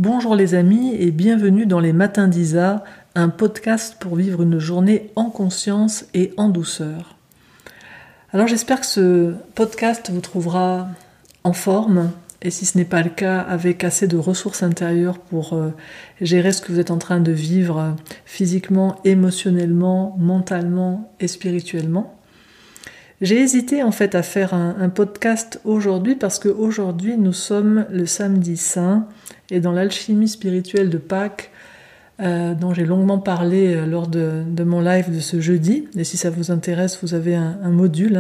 Bonjour les amis et bienvenue dans les Matins d'Isa, un podcast pour vivre une journée en conscience et en douceur. Alors j'espère que ce podcast vous trouvera en forme et si ce n'est pas le cas, avec assez de ressources intérieures pour gérer ce que vous êtes en train de vivre physiquement, émotionnellement, mentalement et spirituellement. J'ai hésité en fait à faire un podcast aujourd'hui parce qu'aujourd'hui nous sommes le samedi saint et dans l'alchimie spirituelle de Pâques dont j'ai longuement parlé lors de mon live de ce jeudi. Et si ça vous intéresse, vous avez un module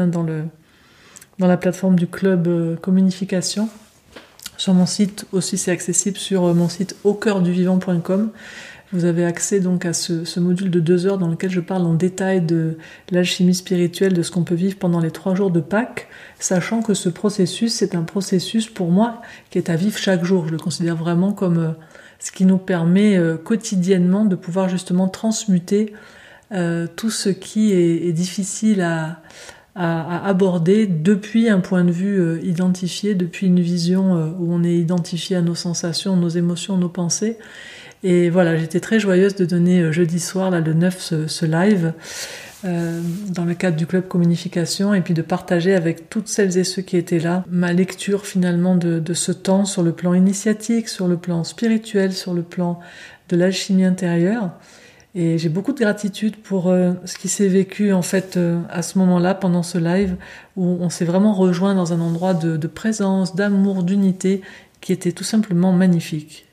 dans la plateforme du club Communication. Sur mon site aussi, c'est accessible sur mon site aucoeurduvivant.com. Vous avez accès donc à ce module de 2 heures dans lequel je parle en détail de l'alchimie spirituelle, de ce qu'on peut vivre pendant les 3 jours de Pâques, sachant que ce processus, c'est un processus pour moi qui est à vivre chaque jour. Je le considère vraiment comme ce qui nous permet quotidiennement de pouvoir justement transmuter tout ce qui est difficile à aborder depuis un point de vue identifié, depuis une vision où on est identifié à nos sensations, nos émotions, nos pensées. Et voilà, j'étais très joyeuse de donner jeudi soir, là, le 9, ce live dans le cadre du club Communication et puis de partager avec toutes celles et ceux qui étaient là ma lecture finalement de ce temps sur le plan initiatique, sur le plan spirituel, sur le plan de l'alchimie intérieure. Et j'ai beaucoup de gratitude pour ce qui s'est vécu en fait à ce moment-là, pendant ce live, où on s'est vraiment rejoint dans un endroit de présence, d'amour, d'unité, qui était tout simplement magnifique.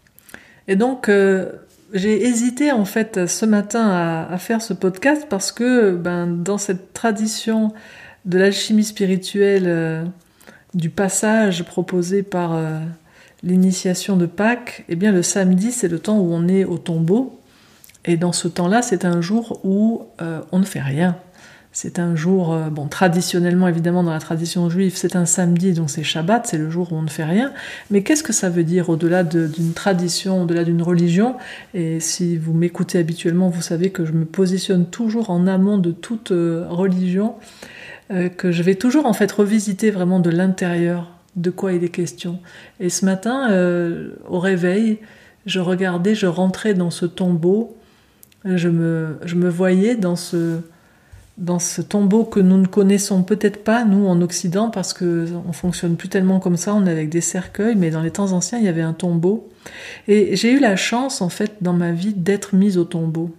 Et donc, j'ai hésité en fait ce matin à faire ce podcast parce que dans cette tradition de l'alchimie spirituelle, du passage proposé par l'initiation de Pâques, eh bien le samedi, c'est le temps où on est au tombeau. Et dans ce temps-là, c'est un jour où on ne fait rien. C'est un jour, traditionnellement, évidemment, dans la tradition juive, c'est un samedi, donc c'est Shabbat, c'est le jour où on ne fait rien. Mais qu'est-ce que ça veut dire au-delà d'une tradition, au-delà d'une religion? Et si vous m'écoutez habituellement, vous savez que je me positionne toujours en amont de toute religion, que je vais toujours en fait revisiter vraiment de l'intérieur de quoi il est question. Et ce matin, au réveil, je rentrais dans ce tombeau, je me voyais dans ce tombeau que nous ne connaissons peut-être pas, nous, en Occident, parce qu'on fonctionne plus tellement comme ça, on est avec des cercueils, mais dans les temps anciens, il y avait un tombeau. Et j'ai eu la chance, en fait, dans ma vie, d'être mise au tombeau.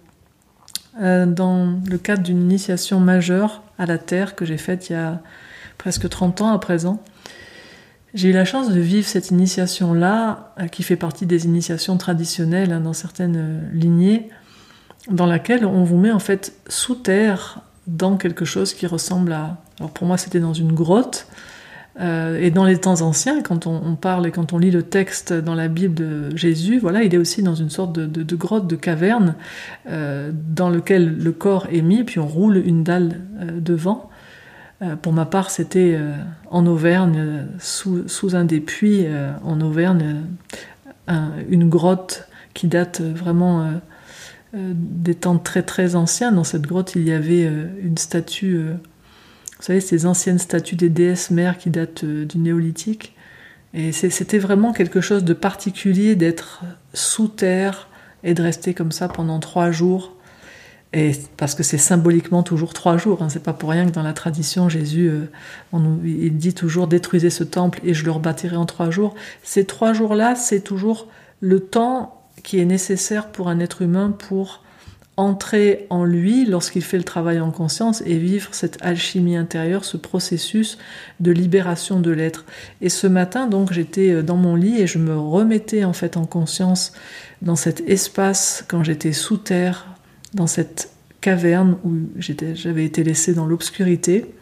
Dans le cadre d'une initiation majeure à la Terre que j'ai faite il y a presque 30 ans à présent, j'ai eu la chance de vivre cette initiation-là, qui fait partie des initiations traditionnelles dans certaines lignées, dans laquelle on vous met en fait sous terre, dans quelque chose qui ressemble à... Alors pour moi c'était dans une grotte, et dans les temps anciens, quand on parle et quand on lit le texte dans la Bible de Jésus, voilà, il est aussi dans une sorte de grotte, de caverne, dans lequel le corps est mis, puis on roule une dalle devant. Pour ma part, c'était en Auvergne, sous un des puits en Auvergne, une grotte qui date vraiment... des temps très très anciens. Dans cette grotte, il y avait une statue, vous savez, ces anciennes statues des déesses mères qui datent du néolithique. Et c'était vraiment quelque chose de particulier d'être sous terre et de rester comme ça pendant 3 jours. Et parce que c'est symboliquement toujours 3 jours, c'est pas pour rien que dans la tradition, Jésus, il dit toujours « détruisez ce temple et je le rebâtirai en 3 jours ». Ces 3 jours-là, c'est toujours le temps qui est nécessaire pour un être humain pour entrer en lui lorsqu'il fait le travail en conscience et vivre cette alchimie intérieure, ce processus de libération de l'être. Et ce matin, donc, j'étais dans mon lit et je me remettais en fait en conscience dans cet espace quand j'étais sous terre, dans cette caverne où j'avais été laissée dans l'obscurité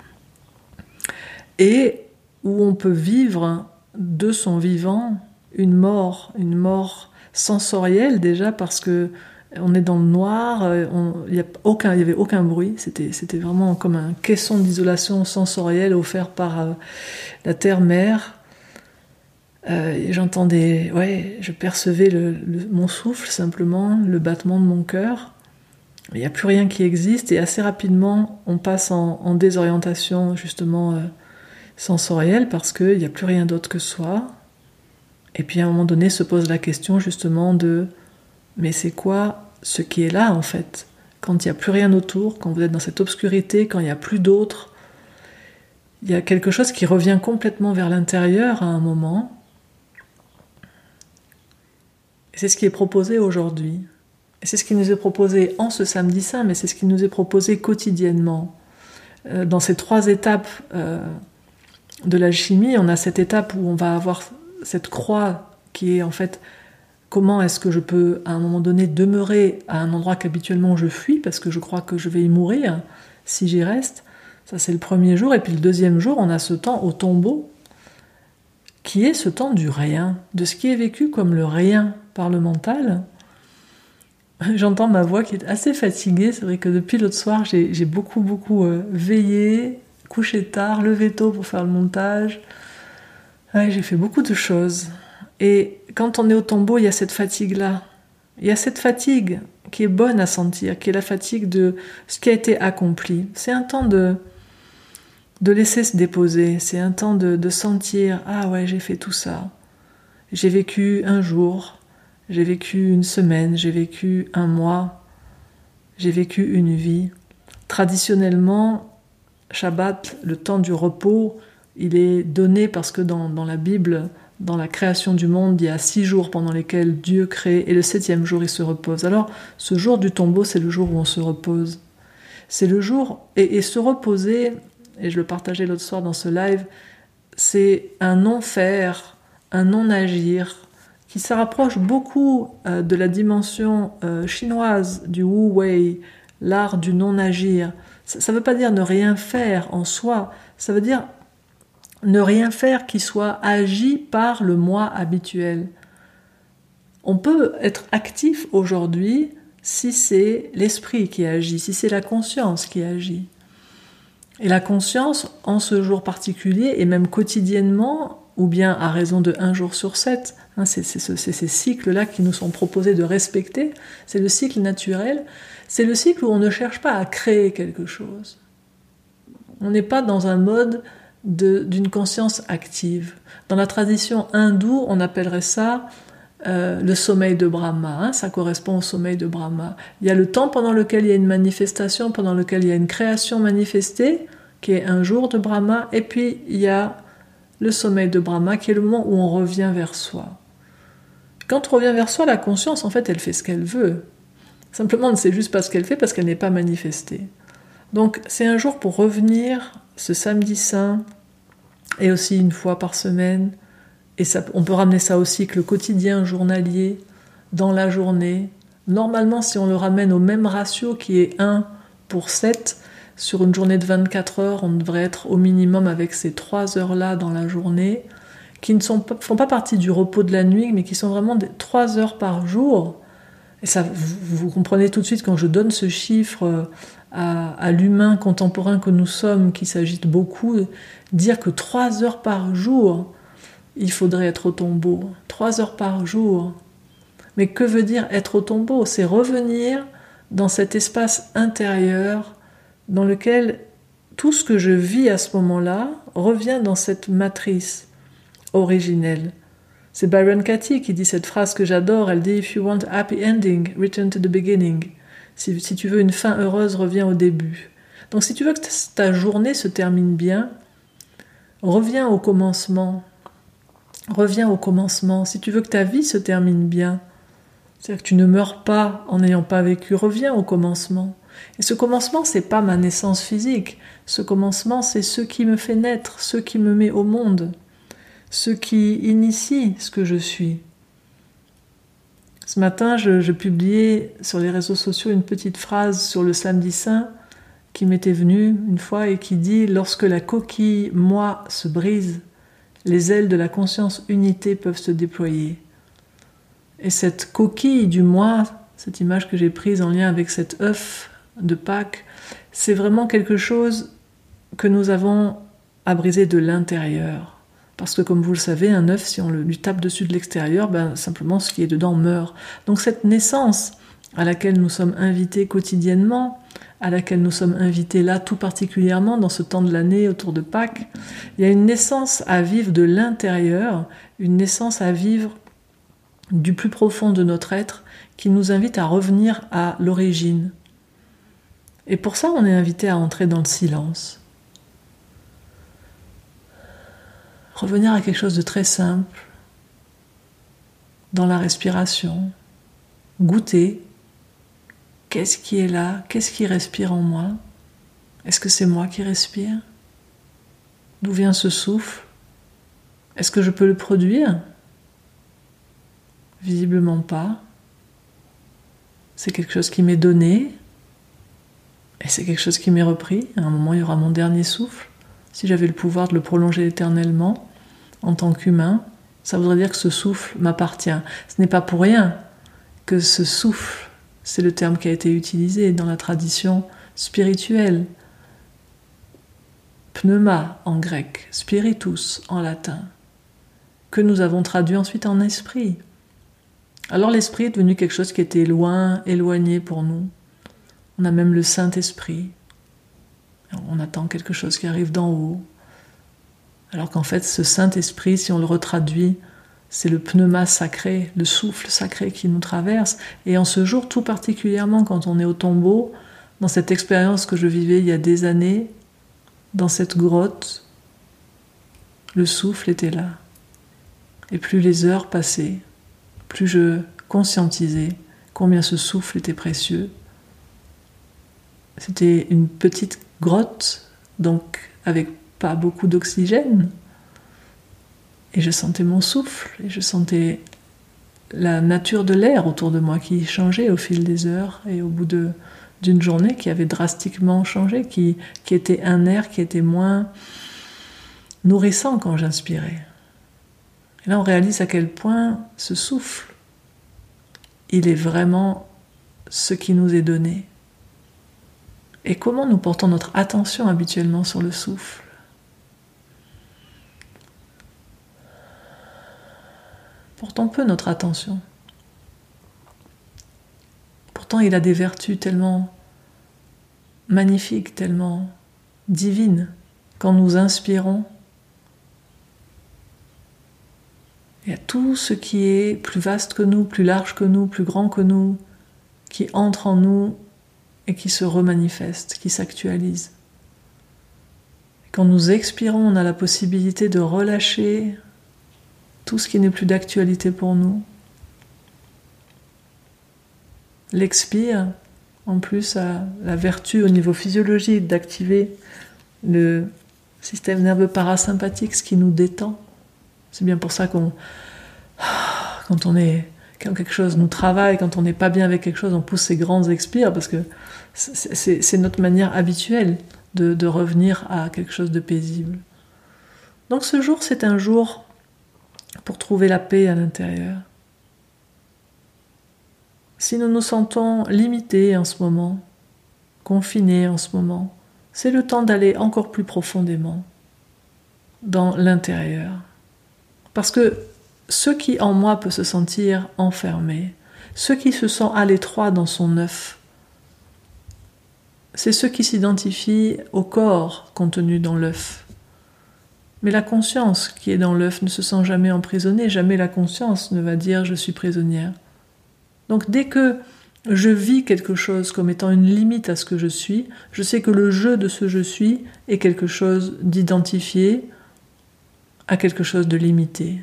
et où on peut vivre de son vivant une mort sensorielle déjà parce que on est dans le noir, il y avait aucun bruit, c'était vraiment comme un caisson d'isolation sensorielle offert par la terre-mère. J'entendais, je percevais mon souffle simplement, le battement de mon cœur. Il n'y a plus rien qui existe et assez rapidement on passe en désorientation justement sensorielle parce qu'il n'y a plus rien d'autre que soi. Et puis à un moment donné se pose la question justement de mais c'est quoi ce qui est là en fait? Quand il n'y a plus rien autour, quand vous êtes dans cette obscurité, quand il n'y a plus d'autre, il y a quelque chose qui revient complètement vers l'intérieur à un moment. Et c'est ce qui est proposé aujourd'hui. Et c'est ce qui nous est proposé en ce samedi saint, mais c'est ce qui nous est proposé quotidiennement. Dans ces 3 étapes de l'alchimie, on a cette étape où on va avoir cette croix qui est en fait comment est-ce que je peux à un moment donné demeurer à un endroit qu'habituellement je fuis parce que je crois que je vais y mourir si j'y reste. Ça c'est le premier jour. Et puis le deuxième jour, on a ce temps au tombeau qui est ce temps du rien, de ce qui est vécu comme le rien par le mental. J'entends ma voix qui est assez fatiguée. C'est vrai que depuis l'autre soir, j'ai beaucoup veillé, couché tard, levé tôt pour faire le montage. Ouais, j'ai fait beaucoup de choses. Et quand on est au tombeau, il y a cette fatigue-là. Il y a cette fatigue qui est bonne à sentir, qui est la fatigue de ce qui a été accompli. C'est un temps de laisser se déposer. C'est un temps de sentir « Ah ouais, j'ai fait tout ça. J'ai vécu un jour. » J'ai vécu une semaine, j'ai vécu un mois, j'ai vécu une vie. Traditionnellement, Shabbat, le temps du repos, il est donné parce que dans la Bible, dans la création du monde, il y a 6 jours pendant lesquels Dieu crée et le 7e jour, il se repose. Alors, ce jour du tombeau, c'est le jour où on se repose. C'est le jour, et se reposer, et je le partageais l'autre soir dans ce live, c'est un non-faire, un non-agir, qui se rapproche beaucoup de la dimension chinoise du Wu Wei, l'art du non-agir. Ça ne veut pas dire ne rien faire en soi, ça veut dire ne rien faire qui soit agi par le moi habituel. On peut être actif aujourd'hui si c'est l'esprit qui agit, si c'est la conscience qui agit. Et la conscience, en ce jour particulier, et même quotidiennement, ou bien à raison de 1 jour sur 7, c'est ces cycles-là qui nous sont proposés de respecter, c'est le cycle naturel, c'est le cycle où on ne cherche pas à créer quelque chose. On n'est pas dans un mode d'une conscience active. Dans la tradition hindoue, on appellerait ça le sommeil de Brahma, ça correspond au sommeil de Brahma. Il y a le temps pendant lequel il y a une manifestation, pendant lequel il y a une création manifestée, qui est un jour de Brahma, et puis il y a le sommeil de Brahma, qui est le moment où on revient vers soi. Quand on revient vers soi, la conscience, en fait, elle fait ce qu'elle veut. Simplement, on ne sait juste pas ce qu'elle fait parce qu'elle n'est pas manifestée. Donc, c'est un jour pour revenir, ce samedi saint, et aussi une fois par semaine, et ça, on peut ramener ça au cycle quotidien, journalier, dans la journée. Normalement, si on le ramène au même ratio qui est 1 pour 7, sur une journée de 24 heures, on devrait être au minimum avec ces 3 heures-là dans la journée, qui ne font pas partie du repos de la nuit, mais qui sont vraiment 3 heures par jour. Et ça, vous comprenez tout de suite quand je donne ce chiffre à l'humain contemporain que nous sommes, qui s'agite beaucoup, dire que 3 heures par jour, il faudrait être au tombeau. 3 heures par jour. Mais que veut dire être au tombeau? C'est revenir dans cet espace intérieur dans lequel tout ce que je vis à ce moment-là revient dans cette matrice originelle. C'est Byron Katie qui dit cette phrase que j'adore, elle dit « If you want a happy ending, return to the beginning ». Si tu veux une fin heureuse, reviens au début. Donc si tu veux que ta journée se termine bien, reviens au commencement. Reviens au commencement. Si tu veux que ta vie se termine bien, c'est-à-dire que tu ne meurs pas en n'ayant pas vécu, reviens au commencement. Et ce commencement, c'est pas ma naissance physique. Ce commencement, c'est ce qui me fait naître, ce qui me met au monde, ce qui initie ce que je suis. Ce matin, je publiais sur les réseaux sociaux une petite phrase sur le samedi saint qui m'était venue une fois et qui dit « Lorsque la coquille moi se brise, les ailes de la conscience unité peuvent se déployer. » Et cette coquille du moi, cette image que j'ai prise en lien avec cet œuf de Pâques, c'est vraiment quelque chose que nous avons à briser de l'intérieur. Parce que comme vous le savez, un œuf, si on lui tape dessus de l'extérieur, simplement ce qui est dedans meurt. Donc cette naissance à laquelle nous sommes invités quotidiennement, à laquelle nous sommes invités là, tout particulièrement dans ce temps de l'année autour de Pâques. Il y a une naissance à vivre de l'intérieur, une naissance à vivre du plus profond de notre être, qui nous invite à revenir à l'origine. Et pour ça, on est invité à entrer dans le silence. Revenir à quelque chose de très simple, dans la respiration, goûter. Qu'est-ce qui est là? Qu'est-ce qui respire en moi? Est-ce que c'est moi qui respire? D'où vient ce souffle? Est-ce que je peux le produire? Visiblement pas. C'est quelque chose qui m'est donné et c'est quelque chose qui m'est repris. À un moment, il y aura mon dernier souffle. Si j'avais le pouvoir de le prolonger éternellement en tant qu'humain, ça voudrait dire que ce souffle m'appartient. Ce n'est pas pour rien que ce souffle, c'est le terme qui a été utilisé dans la tradition spirituelle. Pneuma en grec, spiritus en latin, que nous avons traduit ensuite en esprit. Alors l'esprit est devenu quelque chose qui était loin, éloigné pour nous. On a même le Saint-Esprit. On attend quelque chose qui arrive d'en haut. Alors qu'en fait, ce Saint-Esprit, si on le retraduit, c'est le pneuma sacré, le souffle sacré qui nous traverse. Et en ce jour, tout particulièrement quand on est au tombeau, dans cette expérience que je vivais il y a des années, dans cette grotte, le souffle était là. Et plus les heures passaient, plus je conscientisais combien ce souffle était précieux. C'était une petite grotte, donc avec pas beaucoup d'oxygène. Et je sentais mon souffle, et je sentais la nature de l'air autour de moi qui changeait au fil des heures, et au bout d'une journée qui avait drastiquement changé, qui était un air qui était moins nourrissant quand j'inspirais. Et là, on réalise à quel point ce souffle, il est vraiment ce qui nous est donné. Et comment nous portons notre attention habituellement sur le souffle? Portons peu notre attention. Pourtant, il a des vertus tellement magnifiques, tellement divines. Quand nous inspirons, il y a tout ce qui est plus vaste que nous, plus large que nous, plus grand que nous, qui entre en nous et qui se remanifeste, qui s'actualise. Quand nous expirons, on a la possibilité de relâcher tout ce qui n'est plus d'actualité pour nous. L'expire, en plus, a la vertu au niveau physiologique d'activer le système nerveux parasympathique, ce qui nous détend. C'est bien pour ça quand quelque chose nous travaille, quand on n'est pas bien avec quelque chose, on pousse ces grands expires, parce que c'est notre manière habituelle de revenir à quelque chose de paisible. Donc ce jour, c'est un jour pour trouver la paix à l'intérieur. Si nous nous sentons limités en ce moment, confinés en ce moment, c'est le temps d'aller encore plus profondément dans l'intérieur. Parce que ce qui en moi peut se sentir enfermé, ce qui se sent à l'étroit dans son œuf, c'est ce qui s'identifie au corps contenu dans l'œuf. Mais la conscience qui est dans l'œuf ne se sent jamais emprisonnée, jamais la conscience ne va dire « je suis prisonnière ». Donc dès que je vis quelque chose comme étant une limite à ce que je suis, je sais que le jeu de ce « je suis » est quelque chose d'identifié à quelque chose de limité.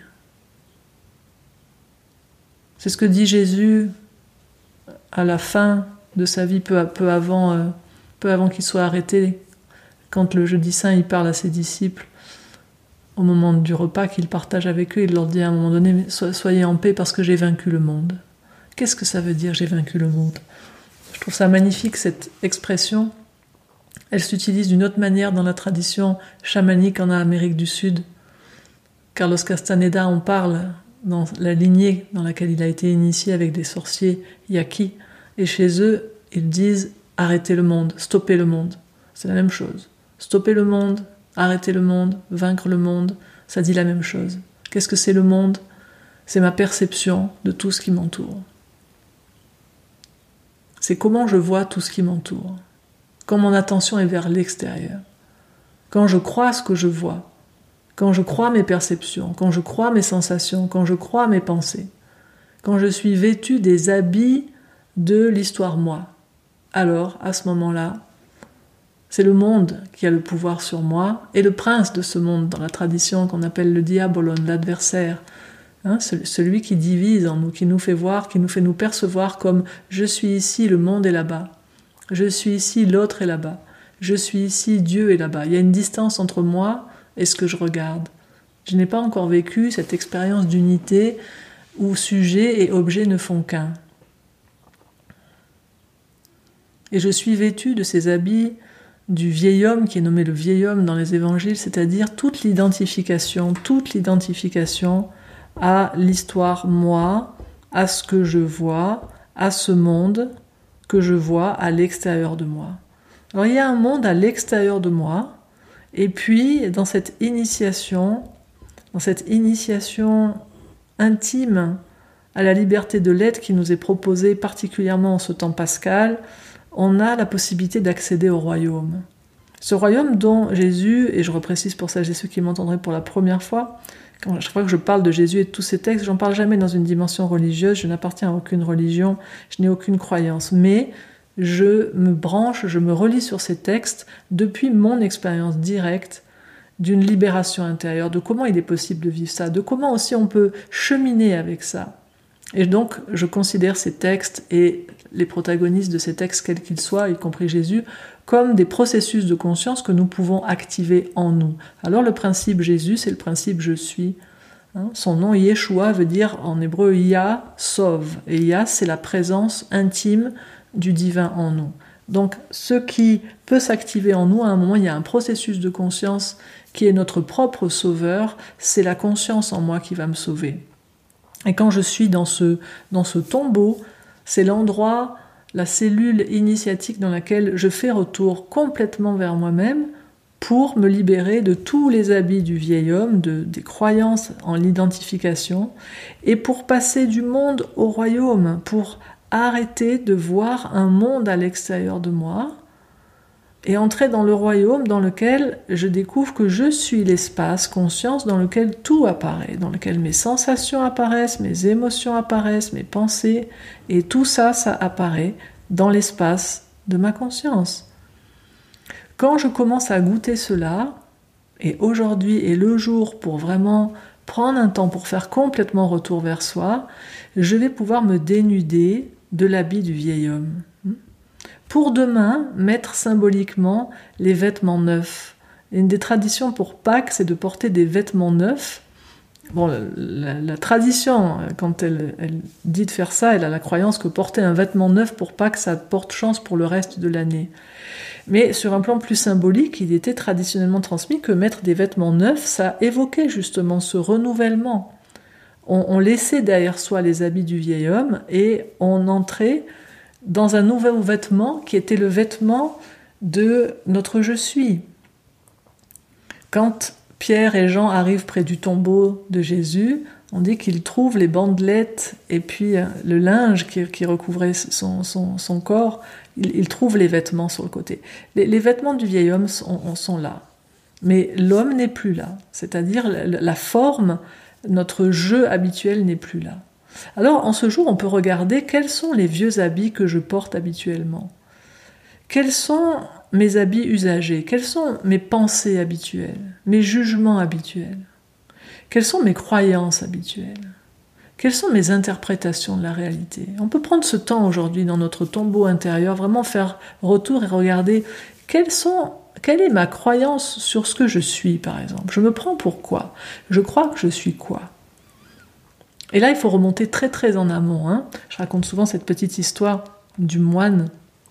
C'est ce que dit Jésus à la fin de sa vie, peu avant qu'il soit arrêté, quand le jeudi saint il parle à ses disciples. Au moment du repas qu'il partage avec eux, il leur dit à un moment donné « Soyez en paix parce que j'ai vaincu le monde ». Qu'est-ce que ça veut dire « j'ai vaincu le monde » ? Je trouve ça magnifique, cette expression. Elle s'utilise d'une autre manière dans la tradition chamanique en Amérique du Sud. Carlos Castaneda en parle dans la lignée dans laquelle il a été initié avec des sorciers Yaqui. Et chez eux, ils disent « arrêtez le monde, stoppez le monde ». C'est la même chose. Stopper le monde, arrêter le monde, vaincre le monde, ça dit la même chose. Qu'est-ce que c'est le monde ? C'est ma perception de tout ce qui m'entoure. C'est comment je vois tout ce qui m'entoure. quand mon attention est vers l'extérieur, quand je crois ce que je vois, quand je crois mes perceptions, quand je crois mes sensations, quand je crois mes pensées, quand je suis vêtue des habits de l'histoire moi, alors à ce moment-là, c'est le monde qui a le pouvoir sur moi, et le prince de ce monde, dans la tradition qu'on appelle le diabolon, l'adversaire, celui qui divise en nous, qui nous fait voir, qui nous fait nous percevoir comme je suis ici, le monde est là-bas, je suis ici, l'autre est là-bas, je suis ici, Dieu est là-bas. Il y a une distance entre moi et ce que je regarde. Je n'ai pas encore vécu cette expérience d'unité où sujet et objet ne font qu'un. Et je suis vêtue de ces habits du vieil homme qui est nommé le vieil homme dans les évangiles, c'est-à-dire toute l'identification à l'histoire moi, à ce que je vois, à ce monde que je vois à l'extérieur de moi. Alors il y a un monde à l'extérieur de moi, et puis dans cette initiation intime à la liberté de l'être qui nous est proposée particulièrement en ce temps pascal, on a la possibilité d'accéder au royaume. Ce royaume dont Jésus, et je reprécise pour celles et ceux qui m'entendraient pour la première fois, chaque fois que je parle de Jésus et de tous ces textes, j'en parle jamais dans une dimension religieuse, je n'appartiens à aucune religion, je n'ai aucune croyance, mais je me relie sur ces textes depuis mon expérience directe d'une libération intérieure, de comment il est possible de vivre ça, de comment aussi on peut cheminer avec ça. Et donc, je considère ces textes et les protagonistes de ces textes, quels qu'ils soient, y compris Jésus, comme des processus de conscience que nous pouvons activer en nous. Alors le principe Jésus, c'est le principe je suis. Son nom Yeshua veut dire en hébreu Yah, sauve. Et Yah, c'est la présence intime du divin en nous. Donc ce qui peut s'activer en nous, à un moment, il y a un processus de conscience qui est notre propre sauveur, c'est la conscience en moi qui va me sauver. Et quand je suis dans ce tombeau, c'est l'endroit, la cellule initiatique dans laquelle je fais retour complètement vers moi-même pour me libérer de tous les habits du vieil homme, des croyances en l'identification, et pour passer du monde au royaume, pour arrêter de voir un monde à l'extérieur de moi, et entrer dans le royaume dans lequel je découvre que je suis l'espace conscience dans lequel tout apparaît, dans lequel mes sensations apparaissent, mes émotions apparaissent, mes pensées, et tout ça, ça apparaît dans l'espace de ma conscience. Quand je commence à goûter cela, et aujourd'hui est le jour pour vraiment prendre un temps pour faire complètement retour vers soi, je vais pouvoir me dénuder de l'habit du vieil homme. Pour demain, mettre symboliquement les vêtements neufs. Une des traditions pour Pâques, c'est de porter des vêtements neufs. Bon, la tradition, quand elle dit de faire ça, elle a la croyance que porter un vêtement neuf pour Pâques, ça porte chance pour le reste de l'année. Mais sur un plan plus symbolique, il était traditionnellement transmis que mettre des vêtements neufs, ça évoquait justement ce renouvellement. On laissait derrière soi les habits du vieil homme et on entrait dans un nouveau vêtement qui était le vêtement de notre je suis. Quand Pierre et Jean arrivent près du tombeau de Jésus, on dit qu'ils trouvent les bandelettes et puis le linge qui recouvrait son corps, ils trouvent les vêtements sur le côté. Les vêtements du vieil homme sont là, mais l'homme n'est plus là, c'est-à-dire la forme, notre jeu habituel n'est plus là. Alors, en ce jour, on peut regarder quels sont les vieux habits que je porte habituellement. Quels sont mes habits usagés? Quelles sont mes pensées habituelles? Mes jugements habituels? Quelles sont mes croyances habituelles? Quelles sont mes interprétations de la réalité? On peut prendre ce temps aujourd'hui dans notre tombeau intérieur, vraiment faire retour et regarder quelle est ma croyance sur ce que je suis, par exemple. Je me prends pour quoi? Je crois que je suis quoi? Et là, il faut remonter très très en amont. Je raconte souvent cette petite histoire du moine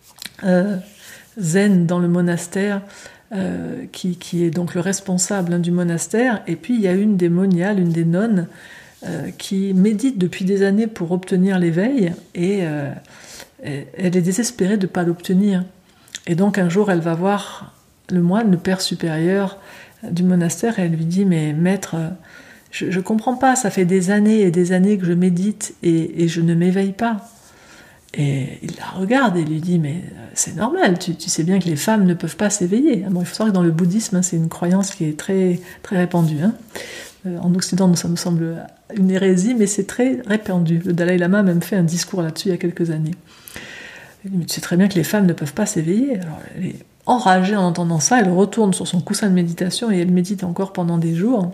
zen dans le monastère, qui est donc le responsable du monastère. Et puis il y a une des moniales, une des nonnes, qui médite depuis des années pour obtenir l'éveil, et elle est désespérée de ne pas l'obtenir. Et donc un jour, elle va voir le moine, le père supérieur du monastère, et elle lui dit « Mais maître, je comprends pas, ça fait des années et des années que je médite et je ne m'éveille pas. » Et il la regarde et lui dit, mais c'est normal, tu sais bien que les femmes ne peuvent pas s'éveiller. Bon, il faut savoir que dans le bouddhisme, c'est une croyance qui est très, très répandue. En Occident, ça nous semble une hérésie, mais c'est très répandu. Le Dalai Lama a même fait un discours là-dessus il y a quelques années. Il dit, mais tu sais très bien que les femmes ne peuvent pas s'éveiller. Alors, elle est enragée en entendant ça, elle retourne sur son coussin de méditation et elle médite encore pendant des jours.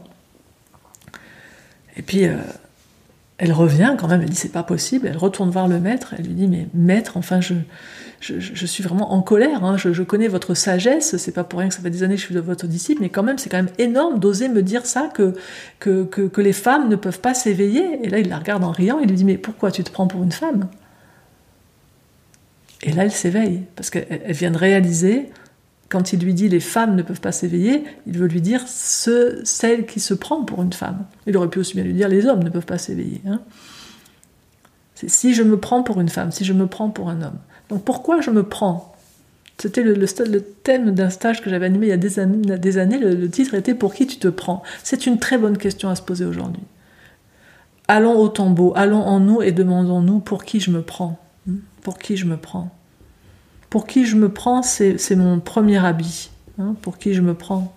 Et puis, elle revient quand même, elle dit c'est pas possible, elle retourne voir le maître, elle lui dit mais maître, enfin je suis vraiment en colère, je connais votre sagesse, c'est pas pour rien que ça fait des années que je suis votre disciple, mais quand même c'est quand même énorme d'oser me dire ça, que les femmes ne peuvent pas s'éveiller. Et là il la regarde en riant, il lui dit mais pourquoi tu te prends pour une femme? Et là elle s'éveille, parce qu'elle vient de réaliser, quand il lui dit les femmes ne peuvent pas s'éveiller, il veut lui dire celle qui se prend pour une femme. Il aurait pu aussi bien lui dire les hommes ne peuvent pas s'éveiller. C'est si je me prends pour une femme, si je me prends pour un homme. Donc pourquoi je me prends? C'était le thème d'un stage que j'avais animé il y a des années. Le titre était pour qui tu te prends? C'est une très bonne question à se poser aujourd'hui. Allons au tombeau, allons en nous et demandons-nous pour qui je me prends. Pour qui je me prends? Pour qui je me prends, c'est mon premier habit. Pour qui je me prends?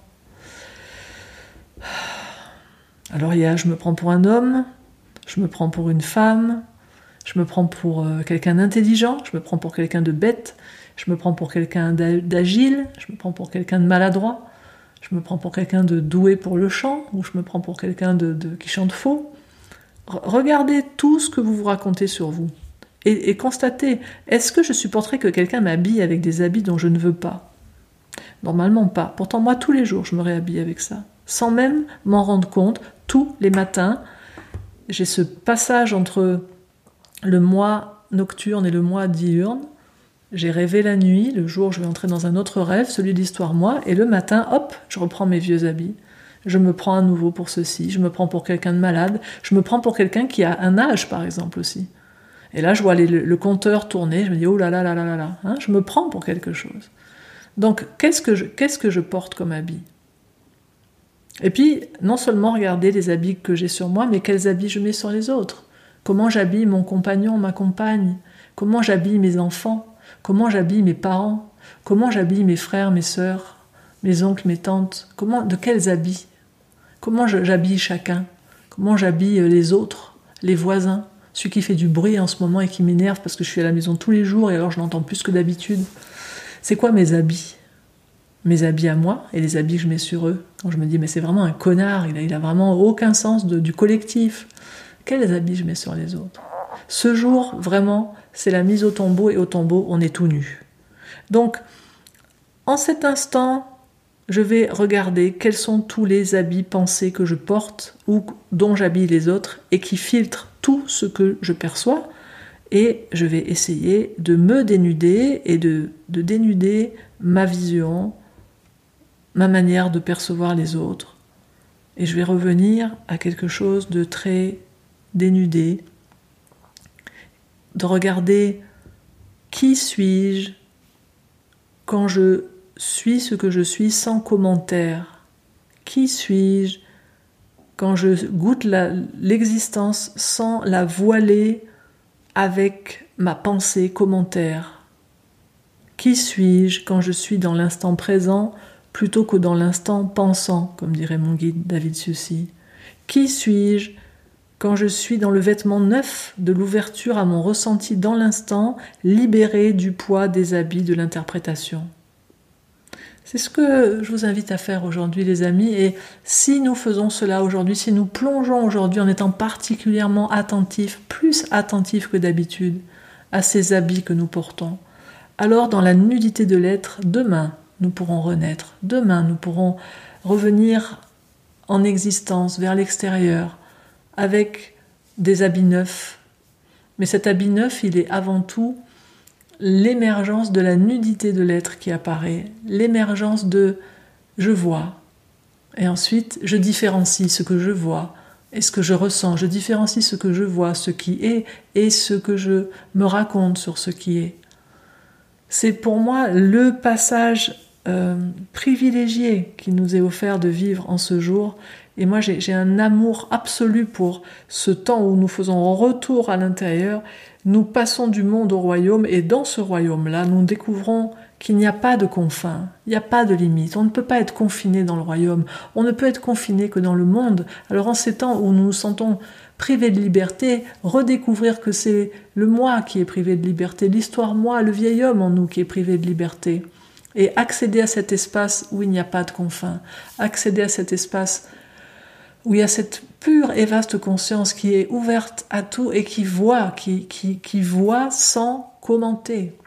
Alors il y a je me prends pour un homme, je me prends pour une femme, je me prends pour quelqu'un d'intelligent, je me prends pour quelqu'un de bête, je me prends pour quelqu'un d'agile, je me prends pour quelqu'un de maladroit, je me prends pour quelqu'un de doué pour le chant, ou je me prends pour quelqu'un qui chante faux. Regardez tout ce que vous vous racontez sur vous. Et constater, est-ce que je supporterais que quelqu'un m'habille avec des habits dont je ne veux pas? Normalement pas. Pourtant, moi, tous les jours, je me réhabille avec ça. Sans même m'en rendre compte, tous les matins, j'ai ce passage entre le moi nocturne et le moi diurne. J'ai rêvé la nuit, le jour, je vais entrer dans un autre rêve, celui de l'histoire moi, et le matin, hop, je reprends mes vieux habits. Je me prends à nouveau pour ceci, je me prends pour quelqu'un de malade, je me prends pour quelqu'un qui a un âge, par exemple, aussi. Et là, je vois le compteur tourner, je me dis, oh là là là là là là, je me prends pour quelque chose. Donc, qu'est-ce que je porte comme habit? Et puis, non seulement regarder les habits que j'ai sur moi, mais quels habits je mets sur les autres. Comment j'habille mon compagnon, ma compagne? Comment j'habille mes enfants? Comment j'habille mes parents? Comment j'habille mes frères, mes sœurs, mes oncles, mes tantes? De quels habits? Comment j'habille chacun? Comment j'habille les autres, les voisins? Celui qui fait du bruit en ce moment et qui m'énerve parce que je suis à la maison tous les jours et alors je l'entends plus que d'habitude. C'est quoi mes habits? Mes habits à moi et les habits que je mets sur eux. Quand je me dis, mais c'est vraiment un connard, il a vraiment aucun sens du collectif. Quels habits je mets sur les autres? Ce jour, vraiment, c'est la mise au tombeau et au tombeau, on est tout nu. Donc, en cet instant, je vais regarder quels sont tous les habits pensés que je porte ou dont j'habille les autres et qui filtrent tout ce que je perçois, et je vais essayer de me dénuder et de dénuder ma vision, ma manière de percevoir les autres. Et je vais revenir à quelque chose de très dénudé, de regarder qui suis-je quand je suis ce que je suis sans commentaire. Qui suis-je quand je goûte l'existence sans la voiler avec ma pensée commentaire? Qui suis-je quand je suis dans l'instant présent plutôt que dans l'instant pensant, comme dirait mon guide David Sucy? Qui suis-je quand je suis dans le vêtement neuf de l'ouverture à mon ressenti dans l'instant, libéré du poids des habits de l'interprétation? C'est ce que je vous invite à faire aujourd'hui, les amis, et si nous faisons cela aujourd'hui, si nous plongeons aujourd'hui en étant particulièrement attentifs, plus attentifs que d'habitude, à ces habits que nous portons, alors dans la nudité de l'être, demain, nous pourrons renaître, demain, nous pourrons revenir en existence, vers l'extérieur, avec des habits neufs. Mais cet habit neuf, il est avant tout l'émergence de la nudité de l'être qui apparaît, l'émergence de « je vois ». Et ensuite, je différencie ce que je vois et ce que je ressens. Je différencie ce que je vois, ce qui est, et ce que je me raconte sur ce qui est. C'est pour moi le passage privilégié qui nous est offert de vivre en ce jour, Et moi, j'ai un amour absolu pour ce temps où nous faisons retour à l'intérieur. Nous passons du monde au royaume, et dans ce royaume-là, nous découvrons qu'il n'y a pas de confins, il n'y a pas de limites. On ne peut pas être confiné dans le royaume. On ne peut être confiné que dans le monde. Alors en ces temps où nous nous sentons privés de liberté, redécouvrir que c'est le moi qui est privé de liberté, l'histoire moi, le vieil homme en nous qui est privé de liberté. Et accéder à cet espace où il n'y a pas de confins, accéder à cet espace où il y a cette pure et vaste conscience qui est ouverte à tout et qui voit, qui voit sans commenter.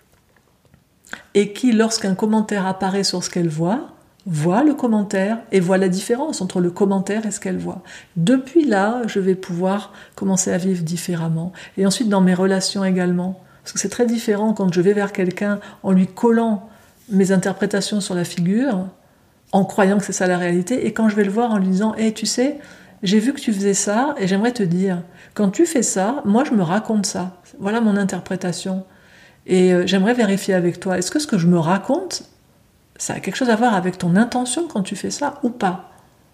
Et qui, lorsqu'un commentaire apparaît sur ce qu'elle voit le commentaire et voit la différence entre le commentaire et ce qu'elle voit. Depuis là, je vais pouvoir commencer à vivre différemment. Et ensuite, dans mes relations également. Parce que c'est très différent quand je vais vers quelqu'un en lui collant mes interprétations sur la figure, en croyant que c'est ça la réalité, et quand je vais le voir en lui disant « Hey, tu sais, j'ai vu que tu faisais ça, et j'aimerais te dire, quand tu fais ça, moi je me raconte ça. Voilà mon interprétation. Et j'aimerais vérifier avec toi, est-ce que ce que je me raconte, ça a quelque chose à voir avec ton intention quand tu fais ça ou pas ?»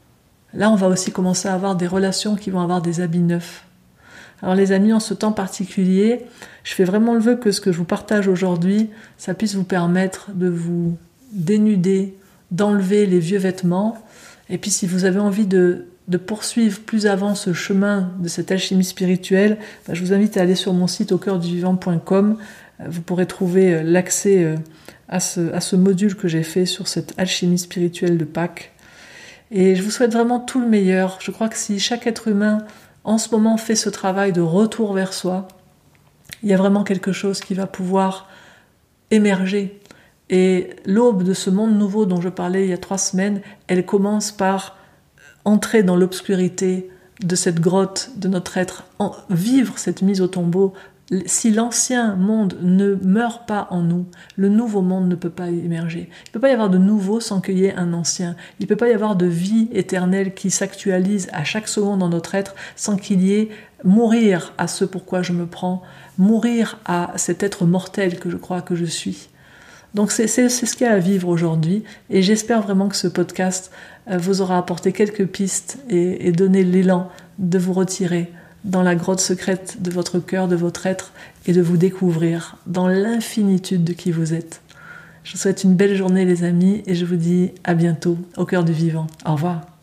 Là, on va aussi commencer à avoir des relations qui vont avoir des habits neufs. Alors les amis, en ce temps particulier, je fais vraiment le vœu que ce que je vous partage aujourd'hui, ça puisse vous permettre de vous dénuder, d'enlever les vieux vêtements. Et puis si vous avez envie de poursuivre plus avant ce chemin de cette alchimie spirituelle, je vous invite à aller sur mon site aucoeurduvivant.com. Vous pourrez trouver l'accès à ce module que j'ai fait sur cette alchimie spirituelle de Pâques. Et je vous souhaite vraiment tout le meilleur. Je crois que si chaque être humain en ce moment fait ce travail de retour vers soi, il y a vraiment quelque chose qui va pouvoir émerger. Et l'aube de ce monde nouveau dont je parlais il y a 3 semaines, elle commence par entrer dans l'obscurité de cette grotte de notre être, vivre cette mise au tombeau. Si l'ancien monde ne meurt pas en nous, le nouveau monde ne peut pas émerger. Il ne peut pas y avoir de nouveau sans qu'il y ait un ancien. Il ne peut pas y avoir de vie éternelle qui s'actualise à chaque seconde dans notre être sans qu'il y ait mourir à ce pourquoi je me prends, mourir à cet être mortel que je crois que je suis. Donc c'est ce qu'il y a à vivre aujourd'hui, et j'espère vraiment que ce podcast vous aura apporté quelques pistes et donné l'élan de vous retirer dans la grotte secrète de votre cœur, de votre être, et de vous découvrir dans l'infinitude de qui vous êtes. Je vous souhaite une belle journée les amis, et je vous dis à bientôt au cœur du vivant. Au revoir.